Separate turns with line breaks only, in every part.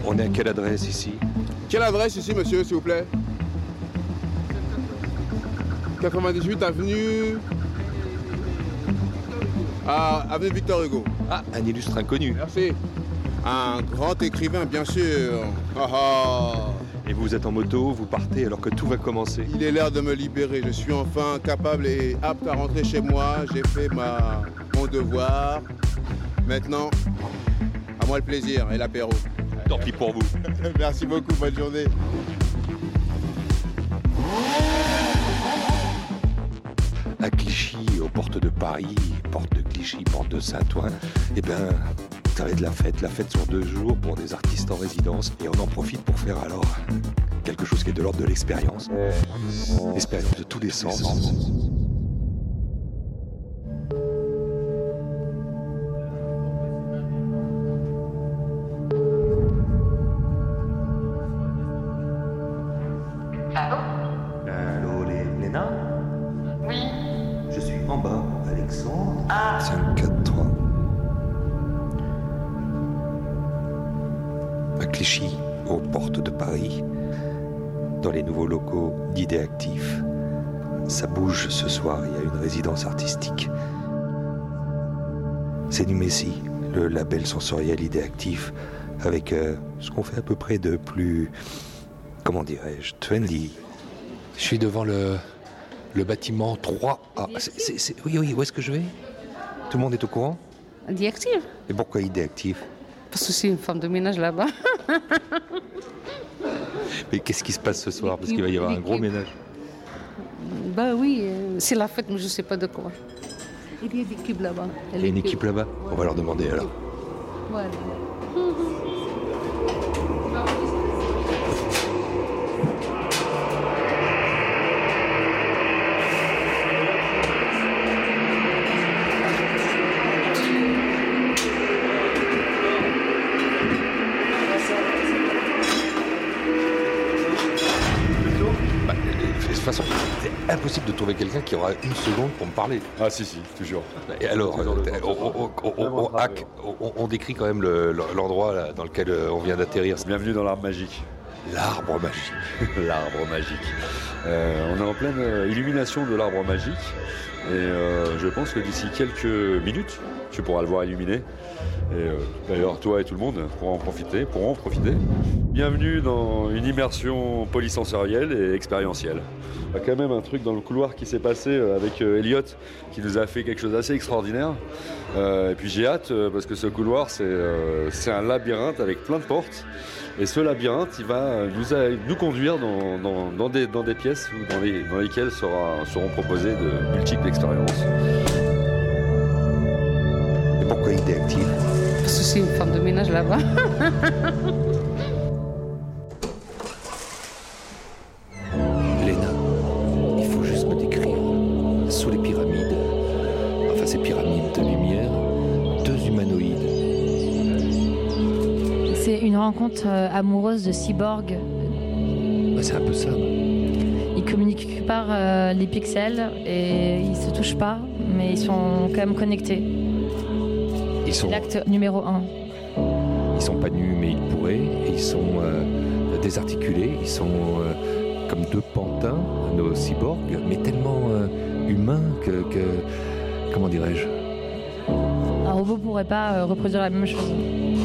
On est à quelle adresse ici?
Quelle adresse ici, monsieur, s'il vous plaît? 98 avenue... Ah, avenue Victor Hugo.
Ah, un illustre inconnu.
Merci. Un grand écrivain, bien sûr. Ah, ah.
Et vous êtes en moto, vous partez alors que tout va commencer.
Il est l'heure de me libérer. Je suis enfin capable et apte à rentrer chez moi. J'ai fait mon devoir. Maintenant, à moi le plaisir et l'apéro.
Tant pis pour vous.
Merci beaucoup, bonne journée.
À Clichy, aux portes de Paris, porte de Clichy, porte de Saint-Ouen, eh bien, ça va être la fête sur 2 jours pour des artistes en résidence. Et on en profite pour faire alors quelque chose qui est de l'ordre de l'expérience. Expérience de tous les sens.
Allô, Léna?
Oui.
Je suis en bas, Alexandre.
5, 4, 3. À Clichy, aux portes de Paris, dans les nouveaux locaux d'Idées Actifs. Ça bouge ce soir, il y a une résidence artistique. C'est Numessi, le label sensoriel Idées Actifs, avec ce qu'on fait à peu près de plus, comment dirais-je, trendy. Je suis devant le bâtiment 3A. Oui, où est-ce que je vais? Tout le monde est au courant?
Idées Actives.
Et pourquoi Idées Actifs?
Parce que c'est une femme de ménage là-bas.
Mais qu'est-ce qui se passe ce soir? Parce qu'il va y avoir un gros ménage.
Bah oui, c'est la fête, mais je ne sais pas de quoi. Il y a des équipes là-bas.
Il y a une équipe là-bas? On va leur demander alors.
Voilà. De toute façon, c'est impossible de trouver quelqu'un qui aura une seconde pour me parler.
Ah si, toujours.
Et alors, on décrit quand même l'endroit là, dans lequel on vient d'atterrir.
Bienvenue dans l'arbre magique.
L'arbre magique.
L'arbre magique. On est en pleine illumination de l'arbre magique. Et je pense que d'ici quelques minutes, tu pourras le voir illuminé. Et d'ailleurs, toi et tout le monde pourront en profiter. Bienvenue dans une immersion polysensorielle et expérientielle. Il y a quand même un truc dans le couloir qui s'est passé avec Elliot qui nous a fait quelque chose d'assez extraordinaire. Et puis j'ai hâte parce que ce couloir, c'est un labyrinthe avec plein de portes. Et ce labyrinthe, il va nous conduire dans des pièces dans lesquelles seront proposées de multiples expériences.
Et pourquoi Idées Actives?
Parce que c'est une femme de ménage là-bas.
Léna, il faut juste me décrire. Sous les pyramides, enfin ces pyramides de lumière, 2 humanoïdes.
C'est une rencontre amoureuse de cyborgs.
Bah, c'est un peu ça.
Ils communiquent que par les pixels et ils se touchent pas, mais ils sont quand même connectés. C'est l'acte numéro 1.
Ils sont pas nus, mais ils pourraient. Et ils sont désarticulés. Ils sont comme 2 pantins, nos cyborgs, mais tellement humains que comment dirais-je?
Un robot pourrait pas reproduire la même chose.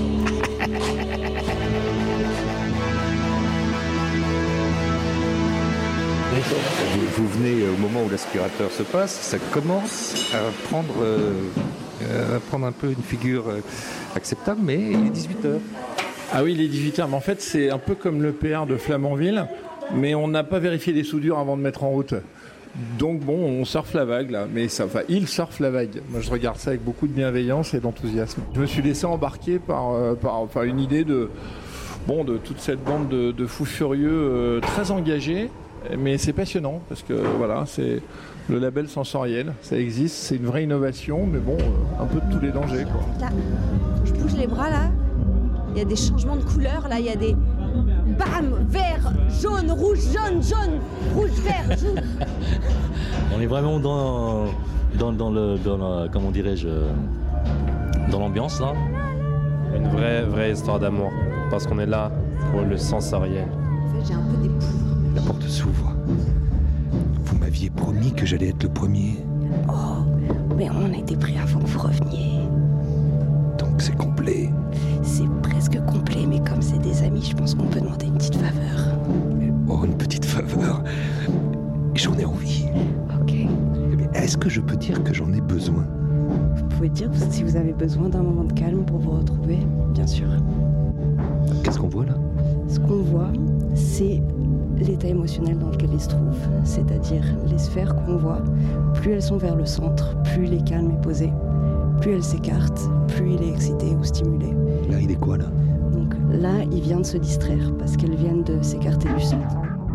Vous venez au moment où l'aspirateur se passe, ça commence à prendre un peu une figure acceptable, mais il est 18h.
Ah oui, il est 18h, mais en fait c'est un peu comme le PR de Flamanville, mais on n'a pas vérifié les soudures avant de mettre en route. Donc bon, on surfe la vague là, mais ça va. Il surfe la vague. Moi je regarde ça avec beaucoup de bienveillance et d'enthousiasme. Je me suis laissé embarquer par une idée de toute cette bande de fous furieux très engagés. Mais c'est passionnant parce que voilà, c'est le label sensoriel, ça existe, c'est une vraie innovation, mais bon, un peu de tous les dangers, quoi.
Là, je bouge les bras là, il y a des changements de couleurs, là il y a des bam, vert, jaune, rouge, rouge, vert, jaune.
On est vraiment dans la, comment dirais-je, dans l'ambiance là.
Une vraie histoire d'amour. Parce qu'on est là pour le sensoriel.
En fait, j'ai un peu des poudres.
La porte s'ouvre. Vous m'aviez promis que j'allais être le premier.
Oh, mais on a été pris avant que vous reveniez.
Donc c'est complet.
C'est presque complet, mais comme c'est des amis, je pense qu'on peut demander une petite faveur.
Oh, une petite faveur. J'en ai envie.
Ok.
Est-ce que je peux dire que j'en ai besoin?
Vous pouvez dire si vous avez besoin d'un moment de calme pour vous retrouver, bien sûr.
Qu'est-ce qu'on voit là?
Ce qu'on voit, c'est l'état émotionnel dans lequel il se trouve. C'est-à-dire les sphères qu'on voit, plus elles sont vers le centre, plus il est calme et posé. Plus elles s'écartent, plus il est excité ou stimulé.
Là, il est quoi là?
Donc là, il vient de se distraire parce qu'elles viennent de s'écarter du centre.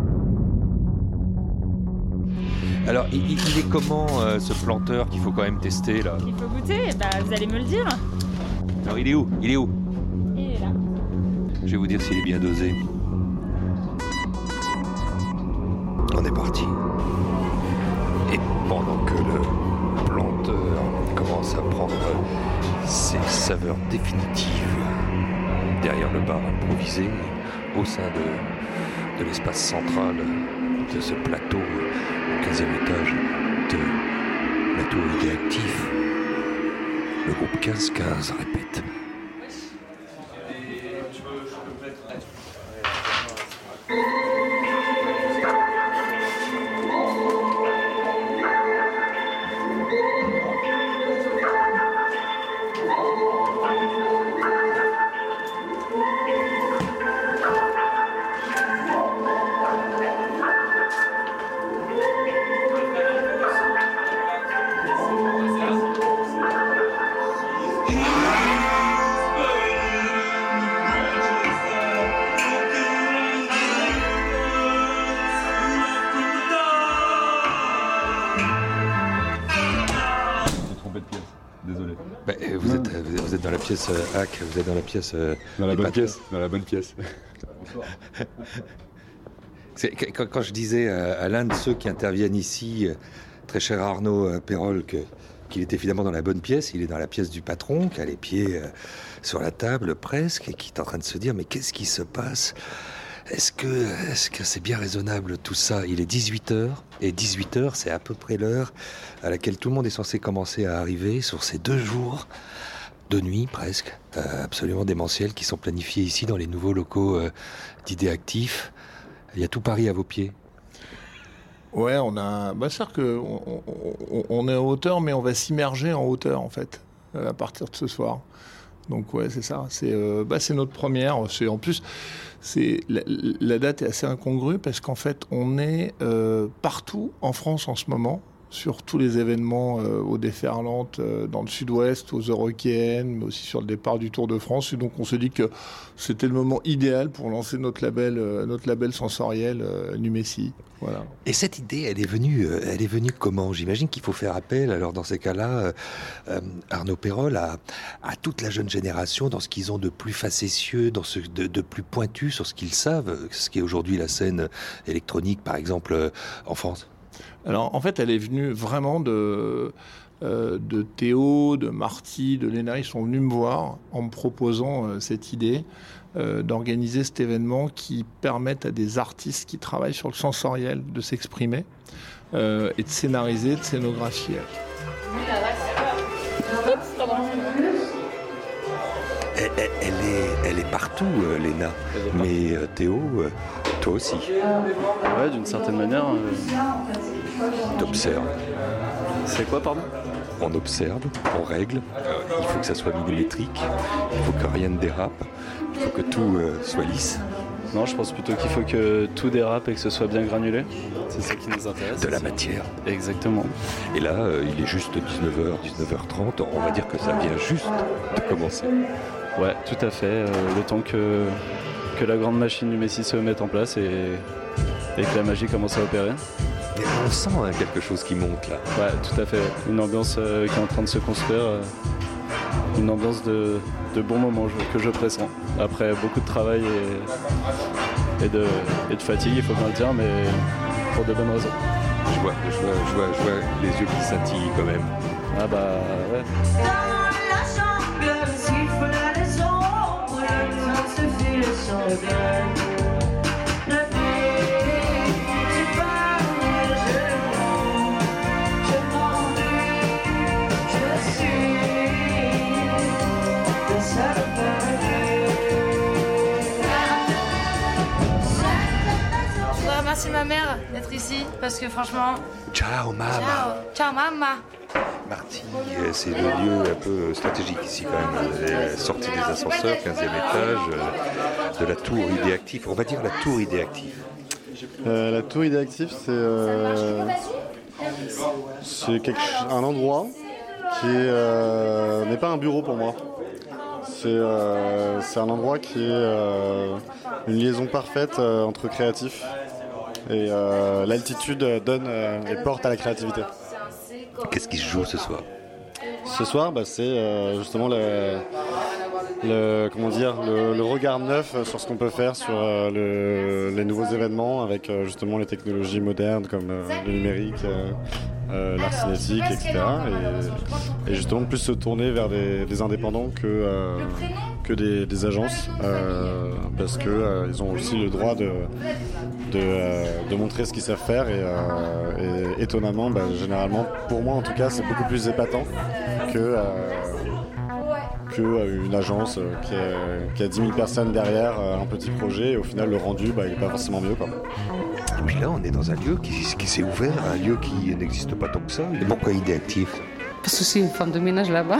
Alors, il est comment ce planteur qu'il faut quand même tester là?
Il faut goûter, vous allez me le dire.
Alors, il est où?
Il est là.
Je vais vous dire s'il est bien dosé. On est parti. Et pendant que le planteur commence à prendre ses saveurs définitives derrière le bar improvisé, au sein de l'espace central de ce plateau au 15e étage de la tour Idéactif, le groupe 15-15 répète. Vous êtes dans la pièce Hack, vous êtes dans la pièce...
Dans la bonne pièce. Dans la bonne pièce.
Quand je disais à l'un de ceux qui interviennent ici, très cher Arnaud Perrol, qu'il était finalement dans la bonne pièce, il est dans la pièce du patron, qui a les pieds sur la table presque, et qui est en train de se dire, mais qu'est-ce qui se passe ? Est-ce que c'est bien raisonnable tout ça ? Il est 18h, et 18h, c'est à peu près l'heure à laquelle tout le monde est censé commencer à arriver sur ces 2 jours de nuit presque, absolument démentiels, qui sont planifiés ici dans les nouveaux locaux d'Idéactif. Il y a tout Paris à vos pieds.
Ouais, on a... c'est-à-dire qu'on est en hauteur, mais on va s'immerger en hauteur, en fait, à partir de ce soir. Donc ouais, c'est ça. C'est notre première. En plus, la date est assez incongrue parce qu'en fait, on est partout en France en ce moment, sur tous les événements aux déferlantes dans le sud-ouest, aux Eurokéennes, mais aussi sur le départ du Tour de France. Et donc on se dit que c'était le moment idéal pour lancer notre label sensoriel Numessi. Voilà.
Et cette idée, elle est venue comment ? J'imagine qu'il faut faire appel, alors dans ces cas-là, Arnaud Perrol, à toute la jeune génération, dans ce qu'ils ont de plus facétieux, dans ce de plus pointu sur ce qu'ils savent, ce qui est aujourd'hui la scène électronique, par exemple, en France.
Alors, en fait, elle est venue vraiment de Théo, de Marty, de Léna. Ils sont venus me voir en me proposant cette idée d'organiser cet événement qui permette à des artistes qui travaillent sur le sensoriel de s'exprimer et de scénariser, de scénographier.
Elle est partout, Léna. Mais Théo, toi aussi.
Ouais, d'une certaine manière.
T'observes.
C'est quoi, pardon ?
On observe, on règle. Il faut que ça soit millimétrique. Il faut que rien ne dérape. Il faut que tout soit lisse.
Non, je pense plutôt qu'il faut que tout dérape et que ce soit bien granulé. C'est ça qui nous intéresse.
De la matière.
Exactement.
Et là, il est juste 19h, 19h30. On va dire que ça vient juste de commencer.
Ouais, tout à fait. Le temps que la grande machine du Messi se mette en place et que la magie commence à opérer.
Mais on sent quelque chose qui monte là.
Ouais, tout à fait. Une ambiance qui est en train de se construire. Une ambiance de bon moment que je pressens. Après beaucoup de travail et de fatigue, il faut bien le dire, mais pour de bonnes raisons.
Je vois les yeux qui scintillent quand même.
Ah bah ouais.
Dans la jungle, s'il faut la raison, le temps se file
Merci ma mère d'être ici parce que franchement.
Ciao maman.
Ciao maman.
Marty, c'est le lieu un peu stratégique ici quand même. Sortie des ascenseurs, 15e étage, de la tour idéactive. On va dire la tour idéactive.
La tour idéactive, c'est un endroit qui n'est pas un bureau pour moi. C'est un endroit qui est une liaison parfaite entre créatifs. Et l'altitude donne et porte à la créativité.
Qu'est-ce qui se joue ce soir ?
Ce soir, c'est justement le regard neuf sur ce qu'on peut faire sur les nouveaux événements avec justement les technologies modernes comme le numérique, l'art cinétique, etc. Et justement plus se tourner vers des indépendants que des agences parce qu'ils ont aussi le droit de montrer ce qu'ils savent faire et étonnamment, généralement, pour moi en tout cas, c'est beaucoup plus épatant qu'une agence qui a 10 000 personnes derrière un petit projet et au final le rendu il n'est pas forcément mieux quoi.
Et puis là on est dans un lieu qui s'est ouvert, un lieu qui n'existe pas tant que ça. Et pourquoi idéactif ?
Parce que c'est une femme de ménage là-bas.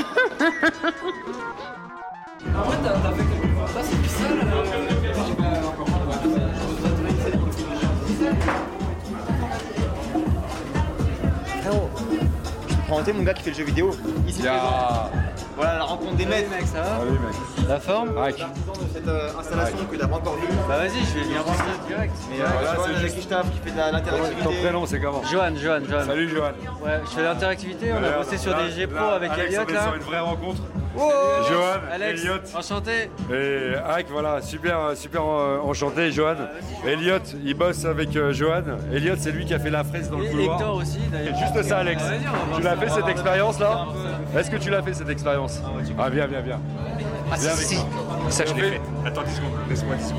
Présenter mon gars qui fait le jeu vidéo ici présent. Voilà la rencontre des mecs, ça va.
Salut mec.
La forme.
Mec.
Cette installation que t'as pas encore vue. Bah vas-y, je vais venir voir ça direct. Mais c'est le Jackie qui fait de l'interactivité.
Ton prénom c'est comment ?
Johan.
Salut Johan.
Ouais, je fais de l'interactivité, on a bossé sur des G-Pro avec Elliot là.
Sur une vraie rencontre.
Oh,
Johan,
Alex,
Elliot.
Enchanté.
Et Ike, voilà, super enchanté, Johan. Elliot, il bosse avec Johan. Elliot, c'est lui qui a fait la fraise dans le couloir.
Hector aussi, d'ailleurs.
Juste ça, Alex. Tu l'as fait cette expérience-là ? Est-ce que tu l'as fait cette expérience ? Ah, viens.
Ah, si. Ça, je l'ai fait.
Attends 10 secondes, laisse-moi 10 secondes.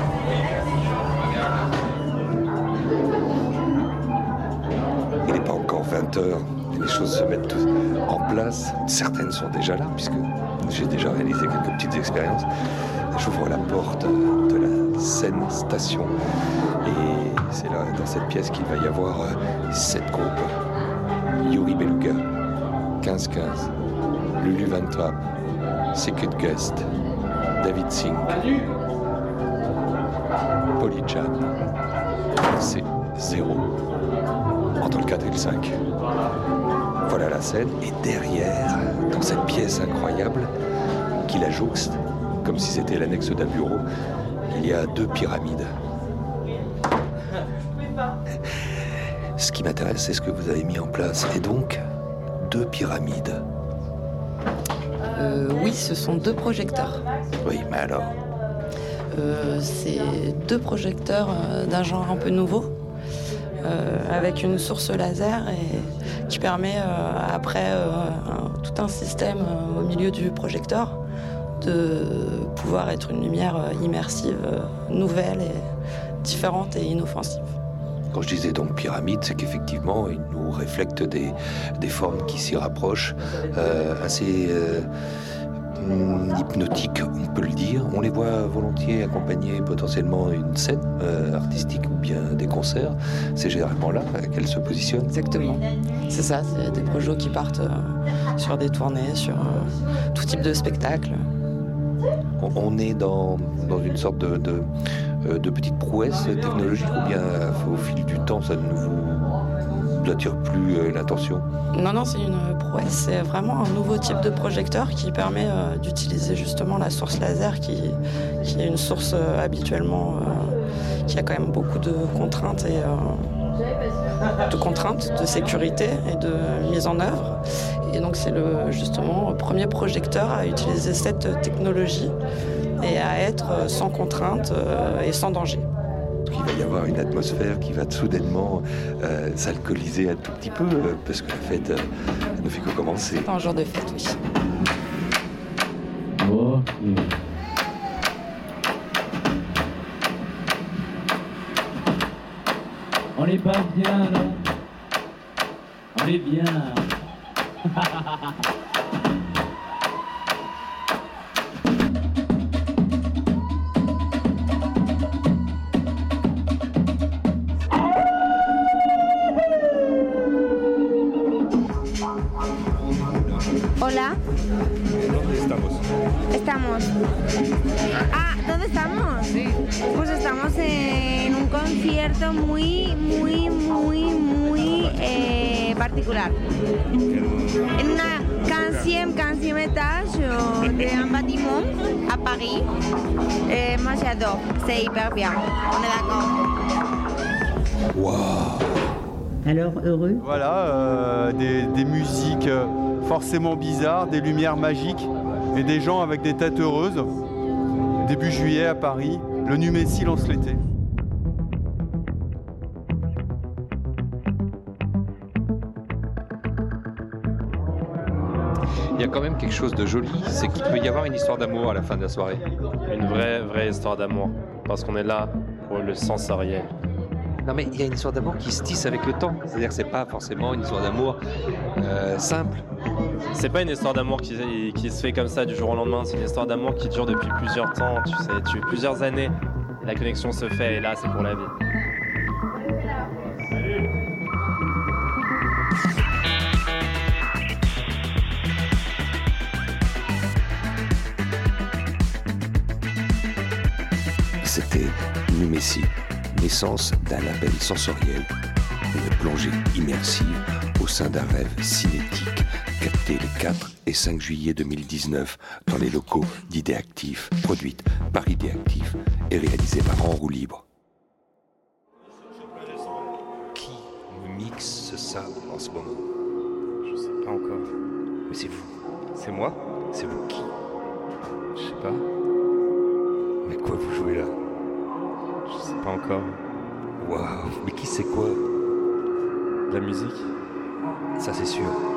Il n'est pas encore 20h. Les choses se mettent en place. Certaines sont déjà là, puisque j'ai déjà réalisé quelques petites expériences. J'ouvre la porte de la scène station. Et c'est là, dans cette pièce, qu'il va y avoir 7 groupes. Yuri Beluga, 15-15, Lulu Van Trapp, Secret Guest, David Singh, Polly Chan. C'est 0 entre le 4 et le 5. Voilà la scène, et derrière, dans cette pièce incroyable, qui la jouxte, comme si c'était l'annexe d'un bureau, il y a 2 pyramides. Ce qui m'intéresse, c'est ce que vous avez mis en place, et donc 2 pyramides.
Oui, ce sont 2 projecteurs.
Oui, mais alors ?
C'est 2 projecteurs d'un genre un peu nouveau. Avec une source laser et qui permet après tout un système au milieu du projecteur de pouvoir être une lumière immersive, nouvelle et différente et inoffensive.
Quand je disais donc pyramide, c'est qu'effectivement, il nous reflète des formes qui s'y rapprochent, assez hypnotiques, on peut le dire. On les voit volontiers accompagner potentiellement une scène artistique ou bien des concerts. C'est généralement là qu'elles se positionnent.
Exactement. C'est ça, c'est des projets qui partent sur des tournées, sur tout type de spectacle.
On est dans une sorte de petite prouesse technologique ou bien au fil du temps ça ne vous attire plus l'attention ?
Non, c'est une prouesse. C'est vraiment un nouveau type de projecteur qui permet d'utiliser justement la source laser qui est une source habituellement qui a quand même beaucoup de contraintes de sécurité et de mise en œuvre. Et donc c'est justement le premier projecteur à utiliser cette technologie et à être sans contrainte et sans danger.
Il va y avoir une atmosphère qui va soudainement s'alcooliser un tout petit peu parce que la fête ne fait que commencer.
C'est un jour de fête, oui.
On n'est pas bien, non? On est bien.
Hola.
¿Dónde estamos?
Estamos. Ah, ¿dónde estamos? Sí. Pues estamos en un concierto muy particular. En una 15e étage d'un bâtiment à Paris. Moi j'adore, c'est hyper bien. On est d'accord.
Waouh!
Alors, heureux?
Voilà, des musiques forcément bizarres, des lumières magiques et des gens avec des têtes heureuses. Début juillet à Paris, le Numessil lance l'été.
Il y a quand même quelque chose de joli, c'est qu'il peut y avoir une histoire d'amour à la fin de la soirée.
Une vraie histoire d'amour, parce qu'on est là pour le sensoriel.
Non mais il y a une histoire d'amour qui se tisse avec le temps, c'est-à-dire que c'est pas forcément une histoire d'amour simple.
C'est pas une histoire d'amour qui se fait comme ça du jour au lendemain, c'est une histoire d'amour qui dure depuis plusieurs temps, tu sais, plusieurs années. Et la connexion se fait et là c'est pour la vie.
C'était Numessil, naissance d'un label sensoriel, une plongée immersive au sein d'un rêve cinétique, capté les 4 et 5 juillet 2019 dans les locaux d'Idéactif, produite par Idéactif et réalisée par En Roue Libre. Qui me mixe ça en ce moment?
Je sais pas encore.
Mais c'est vous. C'est moi? C'est vous qui?
Je sais pas.
Mais quoi vous jouez là?
Je sais pas encore.
Waouh, mais qui c'est quoi?
De la musique.
Ça c'est sûr.